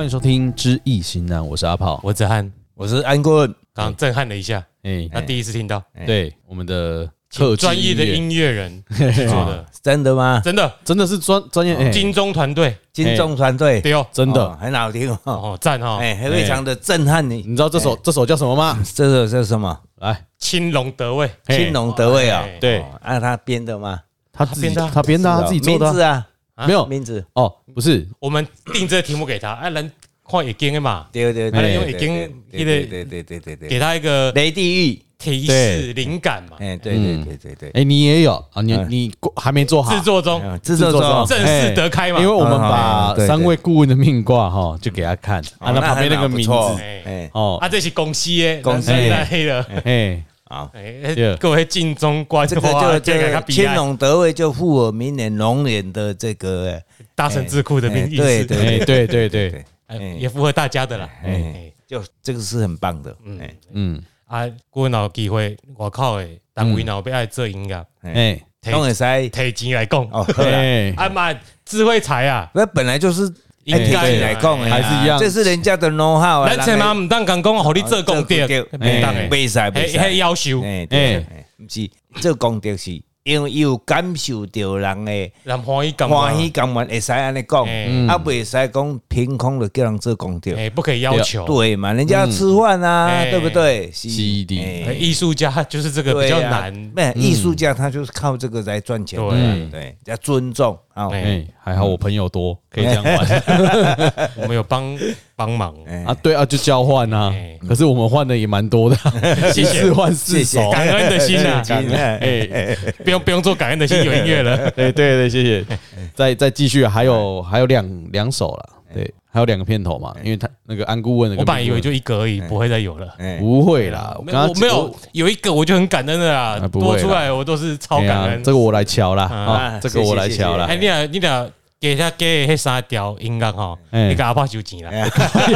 欢迎收听《知易行难》，我是阿炮， 我子翰， 我是安棍。 刚震撼了一下，那第一次听到， 对我们的专业的音乐人做的， 真的吗？ 真的是专业金钟团队， 金钟团队， 对哦， 真的很好听哦，赞哈， 非常的震撼你。 你知道这首叫什么吗？ 这首叫什么？ 来， 青龙得位， 青龙得位啊， 对， 按他编的吗？ 他编的，他自己做的名字啊， 没有名字哦，不是， 我们定这个题目给他，人看已经的嘛， 对， 用已经对， 给他一个雷地狱提示灵感嘛， 对， 你也有啊，你还没做好， 制作中正式得开嘛， 因为我们把3位顾问的命卦哈，就给他看，按他旁边那个名字， 这是公司的，公司来的，好，各位尽忠观这个就青龙得位就复我明年龙年的这个大神智库的名义， 对， 也符合大家的啦， 就这个是很棒的， 顾问有机会外口的单位若要爱做音乐， 都会使提钱来讲，嘛智慧财啊， 那本来就是应该来讲的， 还是一样， 这是人家的 know how 啊。 咱千万唔当讲互你做功德，袂当的， 袂使， 迄要求， 不是做功德是。因为有感受到人的欢喜感觉，会使安尼讲，袂使讲凭空的叫人做功德， 不可以要求， 对嘛？人家要吃饭啊，对不对？ 是的， 艺术家就是这个比较难， 艺术家他就是靠这个来赚钱，对，要尊重啊。 还好我朋友多，可以这样玩， 我们有帮忙啊，对啊，就交换啊。可是我们换的也蛮多的， 谢谢换4首， 感恩的心啊，不用做感恩的心，有音乐了， 对，谢谢。再继续，还有两首了，对，还有2个片头嘛，因为他那个安顾问， 我本来以为就1个而已，不会再有了， 不会啦， 我没有1个我就很感恩的啦，多出来我都是超感恩， 这个我来敲啦，这个我来敲啦。 你俩给他给那3条音乐哈，你给阿爸收钱啦。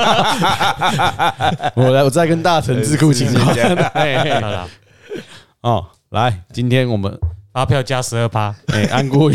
我再跟大成智库请教。 好了， 来，今天我们发票加12%， 安顾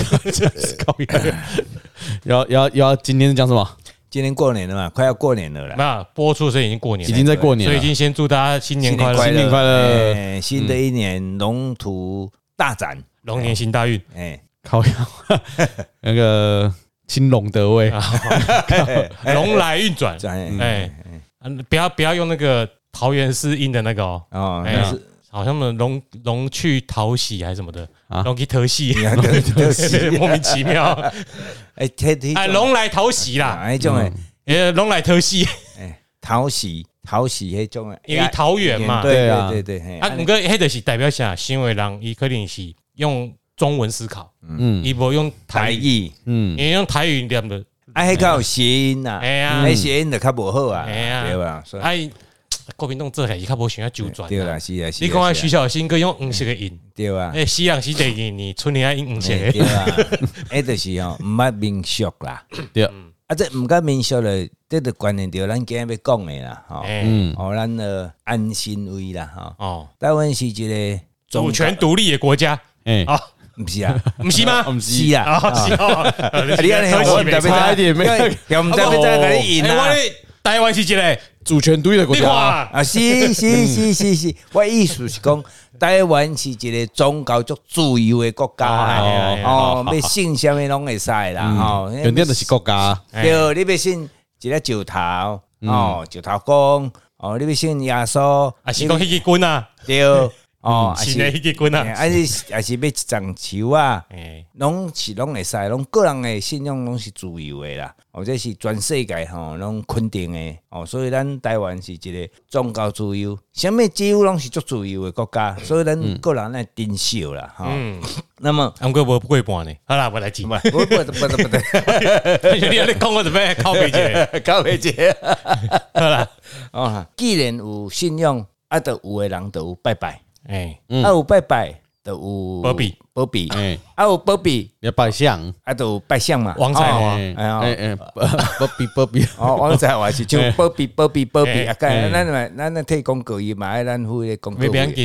要今天讲什么？ 今天过年了嘛，快要过年了啦。 没有播出，所以已经过年了， 已经在过年了， 所以已经先祝大家新年快乐， 新年快乐， 新的一年龙图大展， 龙年行大运。 靠腰那个青龙得位， 龙来运转。不要用那个桃园市音的那个哦，好像龙去讨喜还是什么的，龙去讨喜，莫名其妙。龙来讨喜啦， 那种龙来讨喜， 讨喜那种因为桃园嘛， 对， 不过那就是代表啥？因为人伊可能是用中文思考，伊无用台语，因为用台语念的， 迄较有谐音呐，谐音就较无好啊，对吧？ 国民党做起来伊较无想要周转， 对啦，是啊。 你看徐小新佮用黄色的音， 对啊。 西洋是第2年，春年爱用黄色的， 对啊。就是毋捌民俗啦， 对。 这毋捌民俗咧，这就关联到咱今日要讲的啦，咱的安心位啦，台湾是一个主权独立的国家， 不是啊， 不是吗？ 不是啊， 你看你差一点没， 我们这边在哪里赢啊？ 台湾是一个主权独立的国家啊，是，我意思是讲，台湾是一个宗教足自由的国家，要信什么拢会使啦， 原点就是国家， 对，你要信一个石头，石头公，你要信耶稣， 是讲迄个君啊， 对。 是那迄个君啊， 还是要一丛树啊，拢会使，拢个人的信仰拢是自由的啦，或者是全世界拢肯定的所以咱台湾是一个宗教自由，什么自由拢是足自由的国家，所以咱个人来珍惜啦，那么不过无过半呢，好啦，我来记，不，你讲我怎么靠北节，好啦， 既然有信仰，就有的人就有拜拜。有拜拜，就有保庇，有保庇要拜相， 就有拜相嘛。 王彩华， 保庇， 王彩华是就保庇，咱那替讲过伊嘛，咱付的讲过。 没要紧啊，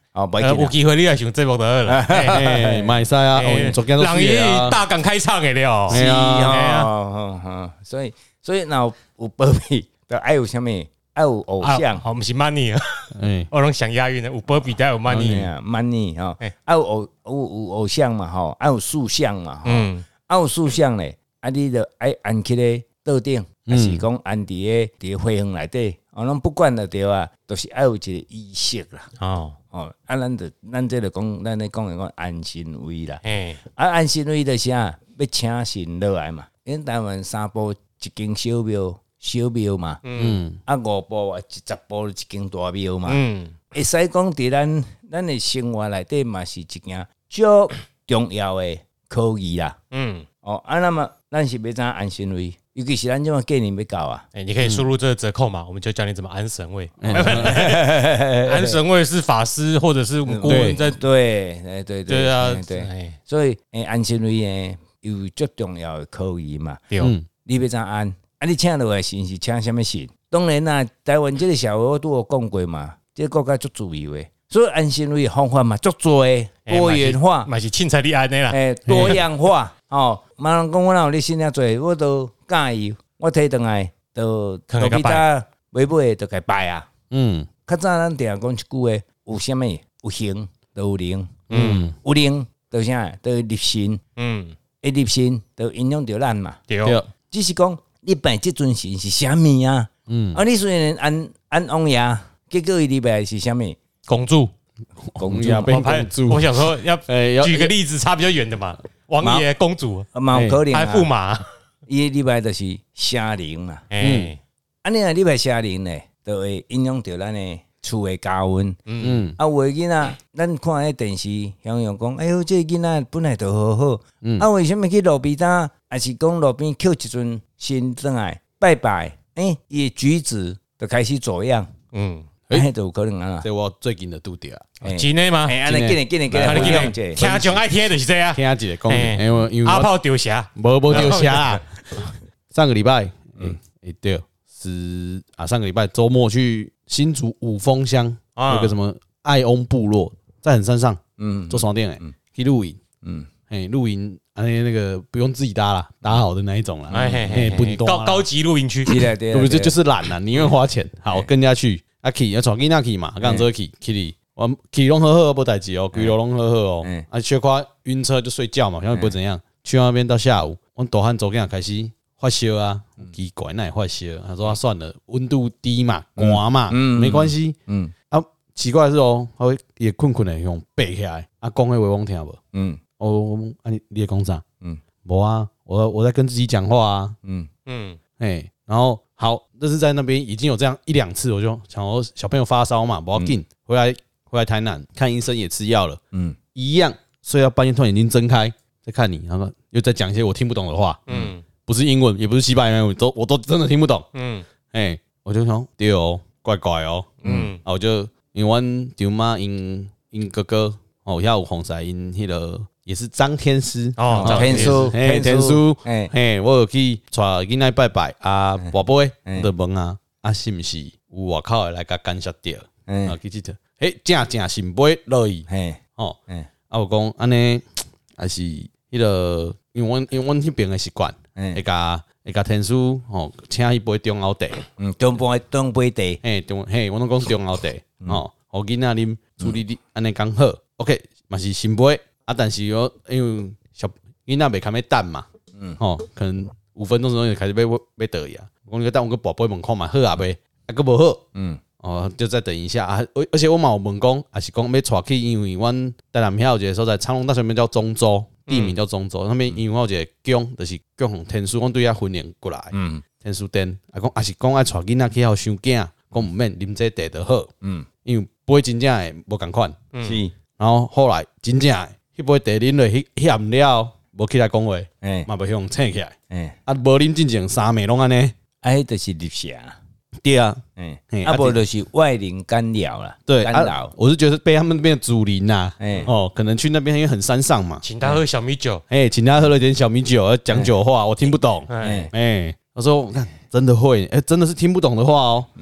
有机会你来上节目就好了。 买赛啊，昨天都是啊，大港开唱的了。 是啊，所以那有保庇，就爱有什么？爱有偶像， 不是 money 啊。我拢想押韵的，有保庇，但有 money 哈。爱有偶像嘛，吼，爱有塑像嘛，爱有塑像咧，你就爱安起咧桌顶，还是讲安伫个花园内底，拢不管了对啊，都是爱有一个仪式啦。咱这个讲，咱咧讲的讲安心位啦。安心位就是啥？要请神落来嘛。因台湾3步一间小庙嘛。5步10步一间大庙嘛。会使讲伫咱的生活内底嘛是一件最重要的科技啦。那么咱是要怎安神位？尤其是咱这么过年要到啊！ 你可以输入这个折扣码，我们就教你怎么安神位。安神位是法师或者是顾问在对啊，所以安神位呢有最重要的科技嘛。你要怎安？你请落来神是请什么神？当然啦，台湾这个社会我都有讲过嘛，这个国家足自由的。所以安神位的方法嘛，足多的多元化， 嘛是凊彩你安的啦。 多样化别人讲我哪有你信遐多，我都介意，我摕转来都其他尾尾都该拜啊。较早咱定讲一句话，有啥物有形就有灵，有灵就啥，就立神，会立神就影响到咱嘛。 对， 只是讲你拜这尊神是啥物啊？你虽然安王爷，结果伊礼拜是啥物？ 公主， 公主变公主。 我想说要举个例子，差比较远的嘛。王爷、公主， 嘛有可能还驸马， 伊礼拜就是邪灵嘛。你若礼拜邪灵呢，就会影响到咱的厝的家运。有的囡仔，咱看迄電視，常常講，哎呦，這囡仔本來就好好，為什麼去路邊搭，還是講路邊撿一尊神轉來拜拜？伊的舉止就開始走樣。就有可能啊！ 這我最近就拄着， 真的嗎？ 安尼緊嚟， 聽眾愛聽就是這樣。 聽一個講，因為阿炮丟蝦， 無丟蝦啊！上個禮拜，對，上個禮拜週末去新竹五峰鄉，有個什麼愛翁部落，在很山上，做床墊去露營，露營，那個不用自己搭啦，搭好的那一種啦， 高級露營區， 不是就是懶啦，寧願花錢，好跟人家去。去要帶囡仔去嘛，剛做去我去攏好好，無代誌哦，規路攏好好哦。缺乏暈車就睡覺嘛，想不會怎樣。去那邊到下午，我大漢走囝開始發燒啊，奇怪那也發燒。他說算了，溫度低嘛，寒嘛，沒關係。奇怪的是哦，他會也困的用背起來，講迄話我聽無？你在講啥？無啊，我在跟自己講話啊。然後。好，這是在那邊已經有這樣1-2次，我就想說小朋友發燒嘛，不要緊，回來台南看醫生也吃藥了，一樣睡到半夜突然眼睛睜開在看你，然後又在講一些我聽不懂的話，不是英文也不是西班牙文，我都真的聽不懂，我就想對哦，怪怪哦，我就因為我舅媽因哥哥哦，遐有紅曬因迄個。也是張天師哦， 天師， 我有去帶囡仔拜拜啊，跋杯就問啊，是不是有外口的來甲干涉掉？去佚佗，正神杯落去，我講安尼還是迄個，因為阮迄邊的習慣，會甲天師吼請迄杯中澳茶， 中杯茶， 我攏講中澳茶，互囡仔啉處理安尼剛好 ，OK， 嘛是神杯。但是因為小囡仔袂堪要等嘛，可能5分鐘之後就開始要倒呀。我講你等我個寶貝問看嘛，好啊袂，還佫無好，就再等一下啊。而且我嘛有問講，還是講要帶去，因為阮台南遐有一個所在，長隆大學邊叫中州，地名叫中州，那邊因為我有一個宮，就是宮從天書，阮對遐訓練過來，天書店，講還是講愛帶囡仔去遐傷囝，講毋免啉這茶就好，因為杯真正誒無共款，是，然後後來真正誒。迄杯茶啉落去鹹了，無起來講話，嘛袂向醒起來，無啉進前3暝攏安尼， 就是入邪， 對啊， 無就是外靈干擾啦， 對，我是覺得被他們那邊的祖靈吶，可能去那邊因為很山上嘛， 請他喝小米酒， 請他喝了點小米酒，講酒話，我聽不懂，我說我看真的會，真的是聽不懂的話哦，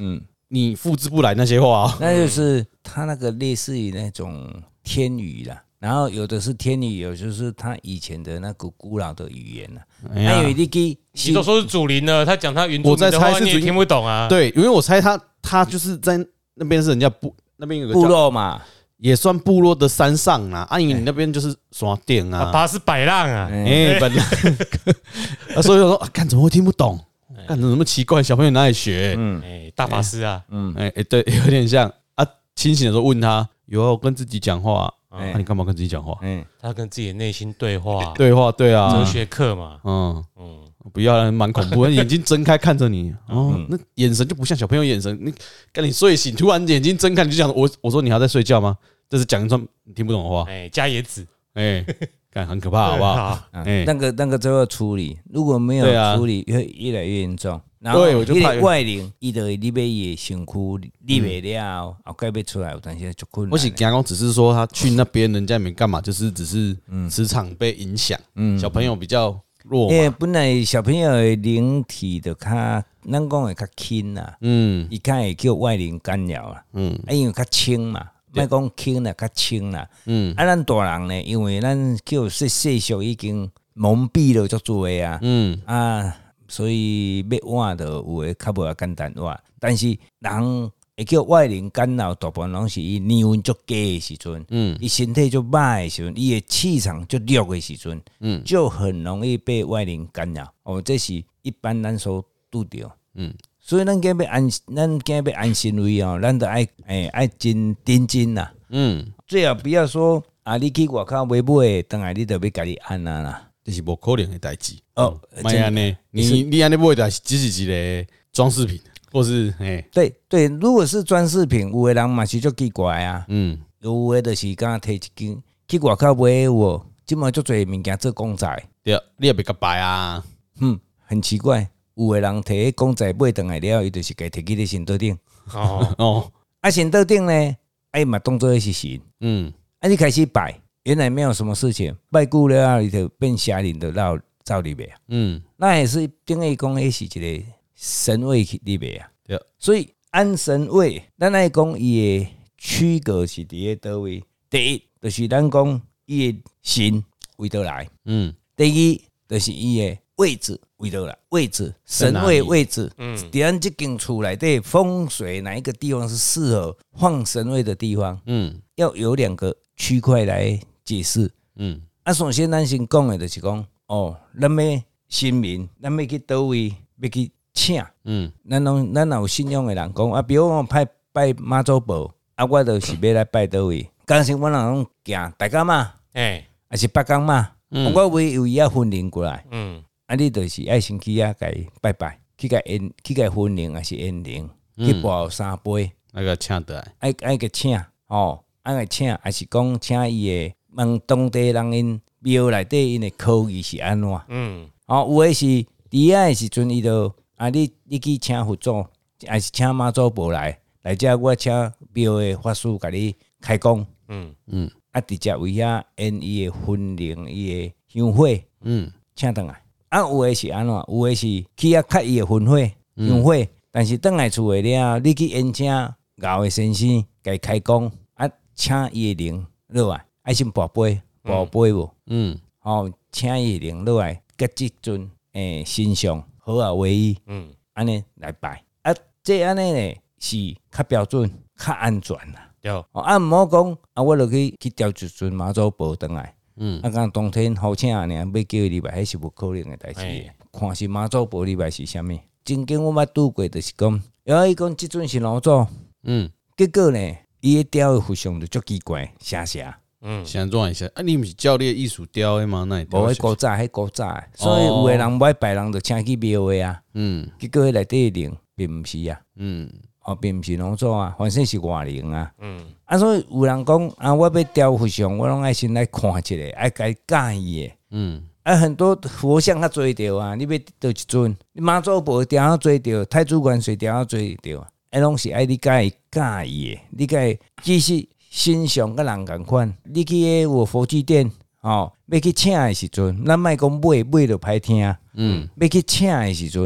你复制不来那些话。 那就是他那个类似于那种天语啦。然后有的是天语，有就是他以前的那个古老的语言啦。还有你都说是祖灵了，他讲他原住民的话你也听不懂啊。 对，因为我猜他就是在那边是人家那边有个部落嘛， 也算部落的山上啦。因为你那边就是山顶啊， 巴是百浪啊， 本来，所以我说干怎么会听不懂？干怎么那么奇怪？小朋友哪里学？ 大法师啊， 对，有点像啊。清醒的时候问他，有跟自己讲话。你干嘛跟自己讲话？ 他跟自己的内心对话， 对啊， 哲学课嘛。 不要，蛮恐怖。眼睛睁开看着你，那眼神就不像小朋友眼神。跟你睡醒，突然眼睛睁开，你就讲我说你还在睡觉吗？这是讲一串你听不懂的话。 加椰子， 看很可怕，好不好？ 那个就要处理，如果没有处理，会越来越严重。然后我就怕外灵，伊就会入去伊的身躯，入不了，后盖要出来，有当时就困难。 我是惊讲，只是说他去那边，人家也没干嘛，就是只是磁场被影响。小朋友比较弱嘛。 因为本来小朋友的灵体就较，咱讲会较轻啦。伊较会叫外灵干扰啦。因为较轻嘛，莫讲轻啦，较轻啦。咱大人呢，因为咱叫世俗已经蒙蔽了足多啊。所以要换就有诶较无简单换，但是人会叫外灵干扰，大部分拢是伊年运足低诶时阵，伊身体足歹诶时阵，伊诶气场足弱诶时阵，就很容易被外灵干扰。这是一般咱所拄着。所以咱今日要安心位咱就爱真认真啦。最好不要说你去外口买买，等下你就要家己安啦。 这是不可能的代志莫安尼，你安尼买的只是一个装饰品，或是对，如果是装饰品，有的人嘛是足奇怪啊。有的就是敢摕一件去外口买我，即满足侪物件做公仔， 对，你也别甲摆啊。 很奇怪，有的人摕公仔买回来了，伊就是家摕去咧神桌顶。神桌顶呢，嘛当做是神。你开始摆。原来没有什么事情，拜久了你就变邪灵的绕走里面。那也是等于讲，那是一个神位里面啊。 对， 所以按神位，咱来讲伊的区隔是伫咧倒位。第一，就是咱讲伊的神为倒来。第二，就是伊的位置为倒来，位置神位位置。伫咱这间厝内底风水哪一个地方是适合放神位的地方？要有2个区块来解释。首先咱先讲的就是讲，咱要神明，咱要去倒位，要去请。咱有信仰的人讲比如我拜妈祖婆，我就是要来拜倒位。刚才我人拢行大甲妈，还是北港妈，我为伊要分灵过来。你就是爱先去给拜拜，去给分灵还是阴灵，去跋3杯， 那个请得来， 爱个请个请，还是讲请伊的问当地人因庙内底因的口语是安怎？有的是伫的时阵，伊就你去请佛祖，还是请妈祖婆来遮，我请庙的法师甲你开讲。直接为遐因伊的分灵，伊的香火，请倒来。有的是安怎？有的是去较伊的分火香火，但是倒来厝的了，你去宴请敖的先生，甲伊开讲。请伊的灵落来，爱先跋杯无？请伊的灵落来，甲即阵神像好啊为伊，安尼来拜。这安尼呢是较标准、较安全啦。 对， 毋好讲我落去调一尊妈祖婆倒来。讲当天好请尔，要叫伊入来，迄是无可能的代志。看是妈祖婆入来是啥物？曾经我捌拄过，就是讲，伊讲即阵是老祖，结果呢？伊个雕的佛像就足奇怪，写。 想转一下你不是教练艺术雕的吗？那无迄古早，所以有的人买拜人就请去庙的啊。结果迄内底灵并毋是啊。并毋是老祖啊，反正是外灵啊。所以有人讲我要雕佛像，我拢爱先来看一下，爱甲伊介意的。很多佛像较做着啊，你要倒一尊，你妈祖婆雕啊做着，太子元帅雕啊做着。拢是爱你介意的，你介只是欣赏甲人共款。你去有佛具店，要去请的时阵，咱莫讲买就歹听。要去请的时阵，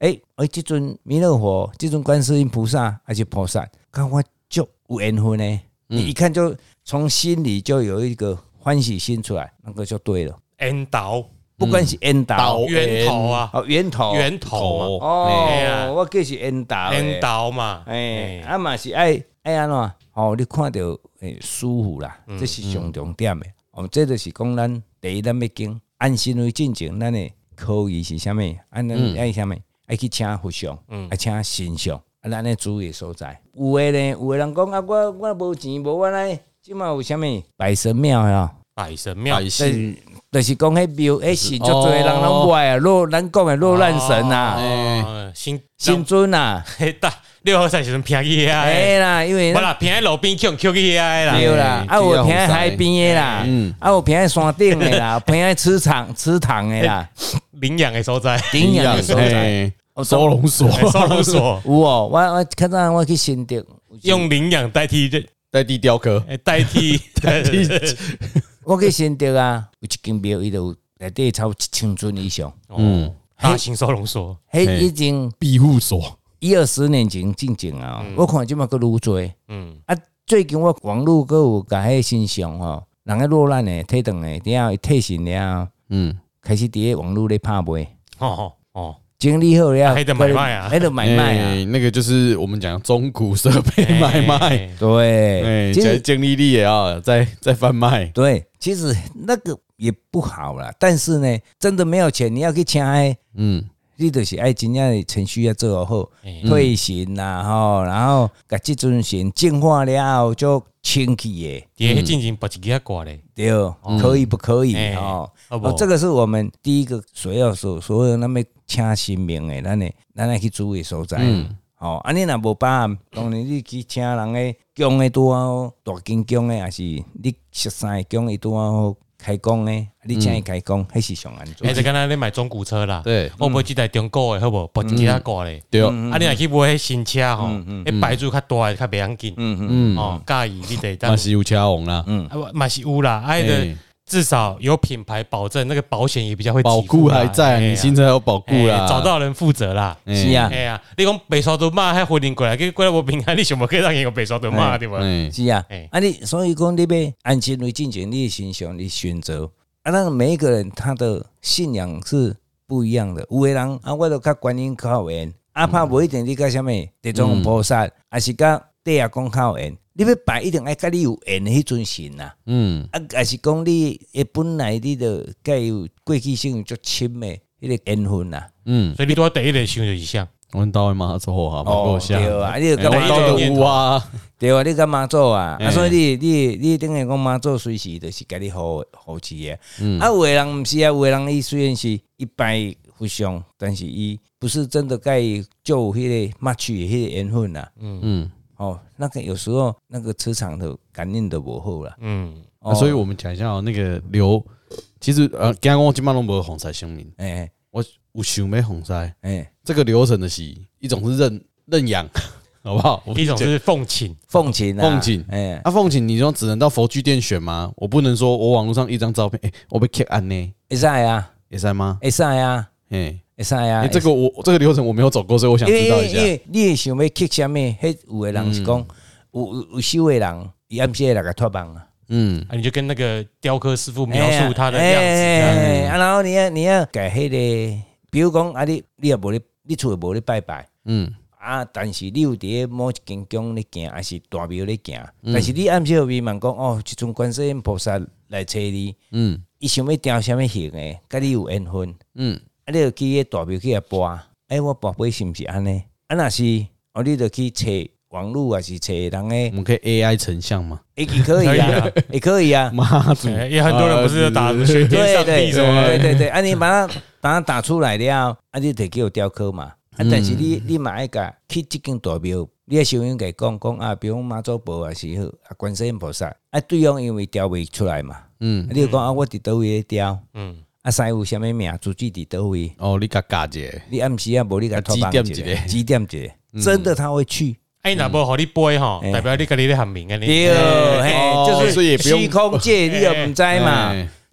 这尊弥勒佛，这尊观世音菩萨还是菩萨，跟我就有缘分呢。你一看就从心里就有一个欢喜心出来，那个就对了。 缘投， 不管是缘投源头啊， 源头嘛，我计是缘投嘛， 嘛是爱安怎？你看到舒服啦，这是上重点的。这就是讲咱第一，咱要经安心为进前，咱的科仪是啥物？咱爱啥物？爱去请佛像，爱请神像，咱的注意所在。有的呢，有的人讲我无钱，无我来，即嘛有啥物拜神庙呀？ 拜神庙， 就是讲迄庙，神足多人拢拜啊，咱讲的落难神啊，新尊啊， 六合彩时阵平去啊， 啦，因为无啦，平喺路边捡去啊啦， 对啦，有平喺海边的啦，有平喺山顶的啦，平喺池塘的啦， 领养的所在， 领养的所在， 收容所， 有哦，我较早我去新竹， 用领养代替雕刻， 代替。 我去新竹啊，有一间庙，伊就内底超1000尊以上， 大型收容所， 迄已经庇护所。 20年前进前啊，我看即马佫愈多。最近我网络佫有甲迄新相吼，人个落难的、退顿的，然后退行了，开始伫咧网络咧拍卖。整理好了， 还得买卖啊， 还得买卖啊。 那个就是我们讲中古设备买卖， 对， 经理力也要在贩卖。 对，其实那个也不好啦，但是呢，真的没有钱，你要去请你就是爱真正的程序要做好，退行啦然后把这尊神净化了后就清气的。 第二进行把一个挂嘞， 对，可以不可以？这个是我们第一个所有那么请神明的，咱来去注意所在。你若无把握，当然你去请人的供的拄好，大金供的，还是你熟悉的供伊拄好。开工呢？你请伊开工，迄是上安全。 就敢若你买中古车啦， 对， 我买即台中古的好无？把其他挂咧。 对， 你若去买迄新车吼，迄牌子较大的较袂要紧。介意你得。 嘛是有车王啦， 嘛是有啦，至少有品牌保证，那个保险也比较会保固还在，你新车有保固啦， 找到人负责啦。 是啊， 你讲白沙屯马还回灵过来，过来无平安，你想无可以让人有白沙屯马对吧？ 是啊，你所以讲你要安心为进前，你的形象你选择那每一个人他的信仰是不一样的。有的人我都较观音较有缘，怕无一定你甲什么地藏王菩萨，还是甲地下公较有缘。你要拜一定爱甲你有缘的迄尊神呐，还是讲你本来你就甲有过去性足深的迄个缘分呐， 所以你拄第一个想就是像， 阮兜的妈祖啊，够像， 对啊，你干嘛都有啊， 对啊，你干妈祖啊，所以你等于讲妈祖随时就是甲你护持的，有的人毋是啊，有的人伊虽然是一拜佛像，但是伊不是真的甲伊就有迄个match的迄个缘分呐，那个有时候那个磁场的感应都不好啦。 所以我们讲一下那个流，其实今我今晚拢无红菜声明，我有想要红菜，这个流程的是一种是认养，好不好？ 一种是奉请， 奉请，奉请你说只能到佛具店选吗？我不能说我网络上一张照片，我被 kick 按呢？ 会使啊， 会使吗？ 会使啊，会使啊。 这个流程我没有走过，所以我想知道一下。 因为你想要 kick 什么？迄有的人是讲有修的人，伊暗时来个托梦啊。 你就跟那个雕刻师傅描述他的样子， 然后你要改迄个，比如讲你也无你厝无咧拜拜，但是你有伫咧某一间宫咧行，还是大庙咧行，但是你暗时有迷茫讲即阵观世音菩萨来找你，伊想要雕什么形的，甲你有缘分，你就去迄大庙去遐拜，我拜是毋是安尼？若是你就去找网络还是找人诶？ 我们可以 AI 成像吗？ 也可以啊，也可以啊。 妈祖也很多人不是打玄天上帝什么？ 对，你把它打出来了，你得给我雕刻嘛。但是你嘛爱甲去即间大庙，你要收音给讲比如妈祖婆还是好，观世音菩萨，对方因为雕袂出来嘛，你就讲我伫倒位咧雕，师傅啥物名，主旨伫倒位。 你甲教者， 你暗时无你甲指点一个，真的他会去。 若无互你背吼，代表你家己咧喊名啊！ 对，就是虚空界，你又毋知嘛？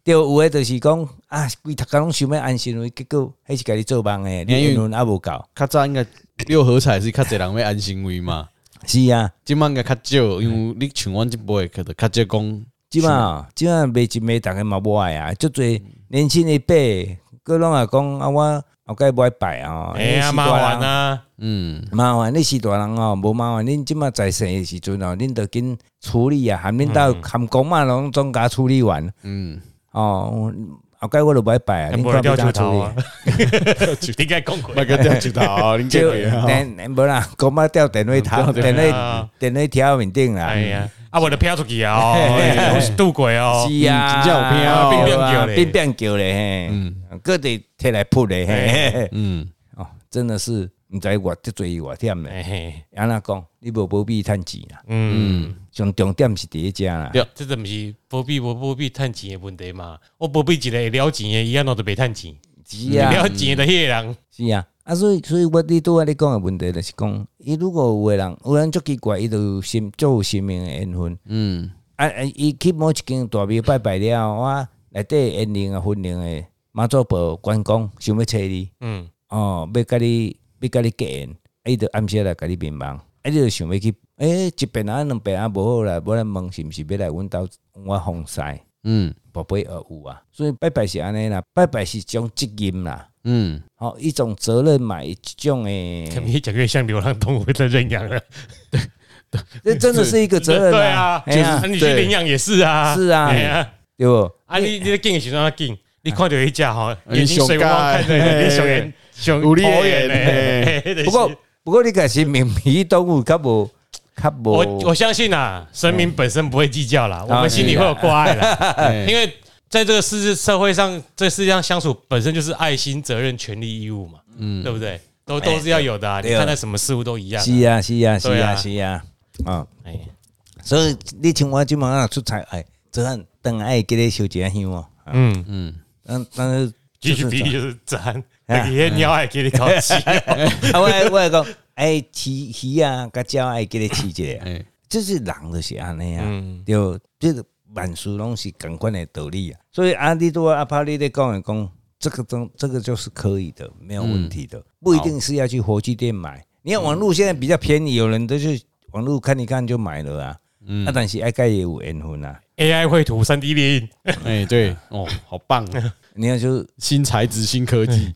对，有诶就是讲啊，规头家拢想要安心位，结果迄是家己做梦诶，你言论也无够。 较早应该六合彩是较侪人要安心位嘛。 是啊， 即摆应该较少，因为你像阮即辈，可能较少讲。 即摆卖一卖，逐个嘛无爱啊，足侪年轻一辈，佮拢也讲啊，我后盖无爱拜啊。 哎呀，麻烦啊， 麻烦，你是大人哦，无麻烦。恁即摆在世诶时阵哦，恁着紧处理啊，含恁兜含公嘛，拢总甲处理完。哦。后盖我就不爱拜啊， 你看要怎处理？你该讲过， 那个掉石头啊，你叫电无啦，讲嘛掉电话头，电话条面顶啦。 哎呀，啊，我就飘出去啊，渡过哦， 是啊， 真正有飘， 变叫咧，各地摕来扑咧，哦，真的是。毋知偌得罪偌忝咧，安怎讲？你无保庇趁钱啦，上重点是伫遮啦。 对，这毋是保庇无保庇趁钱的问题嘛？我保庇一个会了钱的，伊安怎都袂趁钱？ 是啊， 了钱的迄个人是啊，所以我你拄仔你讲的问题就是讲，伊如果有人足奇怪，伊就做有生命的缘分，伊去某一间大庙拜拜了，我内底缘灵啊、分灵的妈祖婆关公想要找你，要甲你结缘，伊就暗时来甲你面盲，你就想要去，一遍啊、两遍啊无好啦，无咱问是毋是要来阮兜我奉祀，宝贝有啊，所以拜拜是安尼啦，拜拜是一种责任啦，一种责任嘛，一种诶， 越讲越像流浪动物的认养了， 这真的是一个责任啊，对啊，就是你去领养也是啊， 是啊，对不？ 啊，你在敬的时阵敬，你看到一只吼，眼睛水汪汪看着你上有眼嘞。 不过你个是名皮动物，较无。 我相信啊，神明本身不会计较啦，我们心里会有挂碍啦，因为在这个社会上，这世界上相处本身就是爱心、责任、权利、义务嘛，对不对？都是要有的啊，你看待什么事物都一样。 是啊，所以你像我即马出差，这样等爱记得烧一下香哦。但是继续比就是赞，那鸟爱给你烤鸡。 我讲，饲鱼啊，甲鸟爱给你饲一下，这是人就是安尼啊，对，这个万事拢是同款的道理啊。所以你拄阿炮你咧讲，这个就是可以的，没有问题的，不一定是要去火鸡店买。你看网络现在比较便宜，有人都去网络看一看就买了啊。但是爱也有缘分啊。 AI 绘图、3D 列印， 对，哦，好棒啊！ 你看，就新材质、新科技。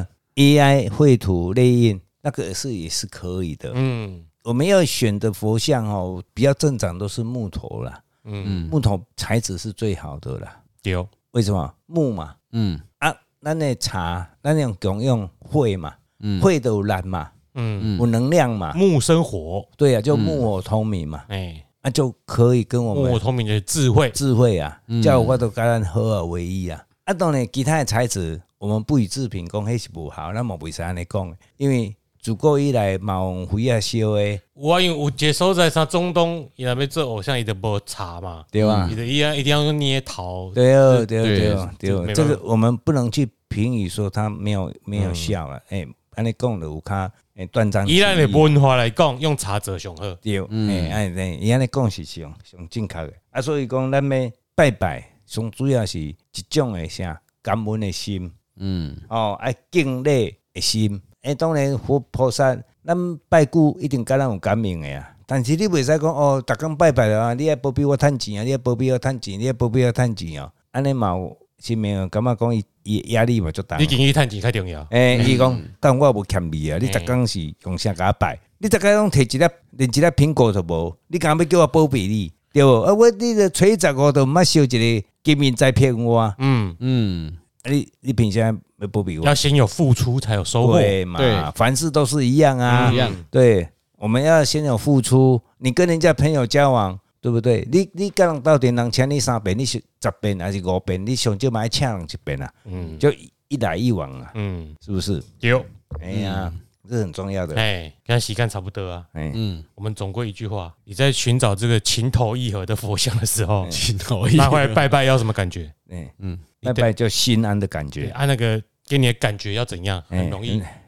AI 绘图、列印，那个也是可以的。我们要选的佛像哦，比较正常都是木头啦。木头材质是最好的啦。 对， 为什么？木嘛。咱的茶，咱用共用火嘛，火都有力嘛，有能量嘛。 木生火， 对啊，就木火通明嘛。就可以跟我们木火通明的智慧啊，叫我都跟咱合而为一啊。当然其他的材质我们不予置评，讲迄是不好，咱嘛袂使安尼讲，因为自古以来嘛有灰啊烧的。 我因为有一个所在像中东，伊若要做偶像，伊就无茶嘛， 对吧？ 伊一定要用捏陶。 对，这个我们不能去评语说它没有效啊。安尼讲就有较断章取义。 以咱的文化来讲，用茶则上好。 对，伊安尼讲是上正确的。所以讲咱要拜拜，上主要是一种的啥感恩的心，爱敬礼的心。当然佛菩萨，咱拜久一定甲咱有感应的啊。但是你袂使讲逐工拜拜了啊，你爱保庇我趁钱啊，你爱保庇我趁钱，你爱保庇我趁钱哦。安尼嘛有心命感觉讲伊压力嘛足大。 你今日趁钱较重要。 伊讲，但我无欠你啊，你逐工是用啥甲我拜？你逐工拢摕连一粒苹果都无，你干要叫我保庇你？对不？你的吹15都毋捌烧一个金面在骗我。你凭啥要保庇我？ 要先有付出才有收获， 对嘛？对，凡事都是一样啊。 一样。 对，我们要先有付出。你跟人家朋友交往，对不对？你跟人斗阵，人请你3遍，你10遍还是5遍，你上少嘛要请人1遍啊？就一来一往啊。是不是？ 有。 哎呀。这很重要的。 跟时间差不多啊。我们总归一句话：你在寻找这个情投意合的佛像的时候，那会拜拜要什么感觉？ 拜拜就心安的感觉。 按那个给你的感觉要怎样？很容易。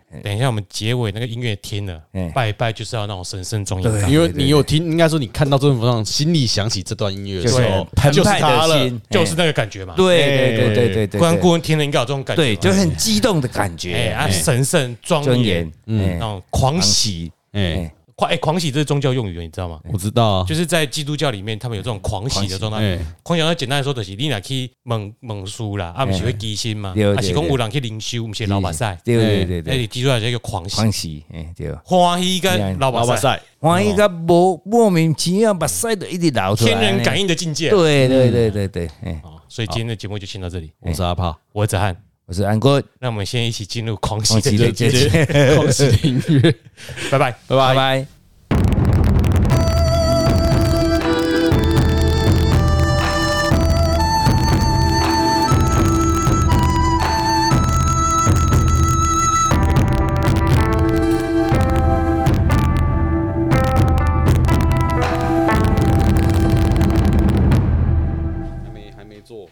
等一下我们结尾那个音乐听了，拜拜就是要那种神圣庄严感， 因为你有听，应该说你看到这份上，心里想起这段音乐的时候， 澎湃的心， 就是那个感觉嘛。 对， 关顾问听了应该有这种感觉， 对，就很激动的感觉， 神圣庄严，那种狂喜，狂喜这是宗教用语，你知道吗？ 我知道， 就是在基督教里面，他们有这种狂喜的状态。狂喜那简单来说就是你若去蒙书啦，不是会基心嘛？啊是讲有人去灵修，不是老把赛。 对， 那你记出来这个狂喜， 对， 欢喜跟老把赛， 欢喜跟莫名其妙把赛的一直流出来， 天人感应的境界。 对， 所以今天的节目就先到这里。 我是阿炮， 我是子翰。 我是安坤， 那我们先一起进入狂喜的节， 狂喜的音乐， 拜拜， 拜拜。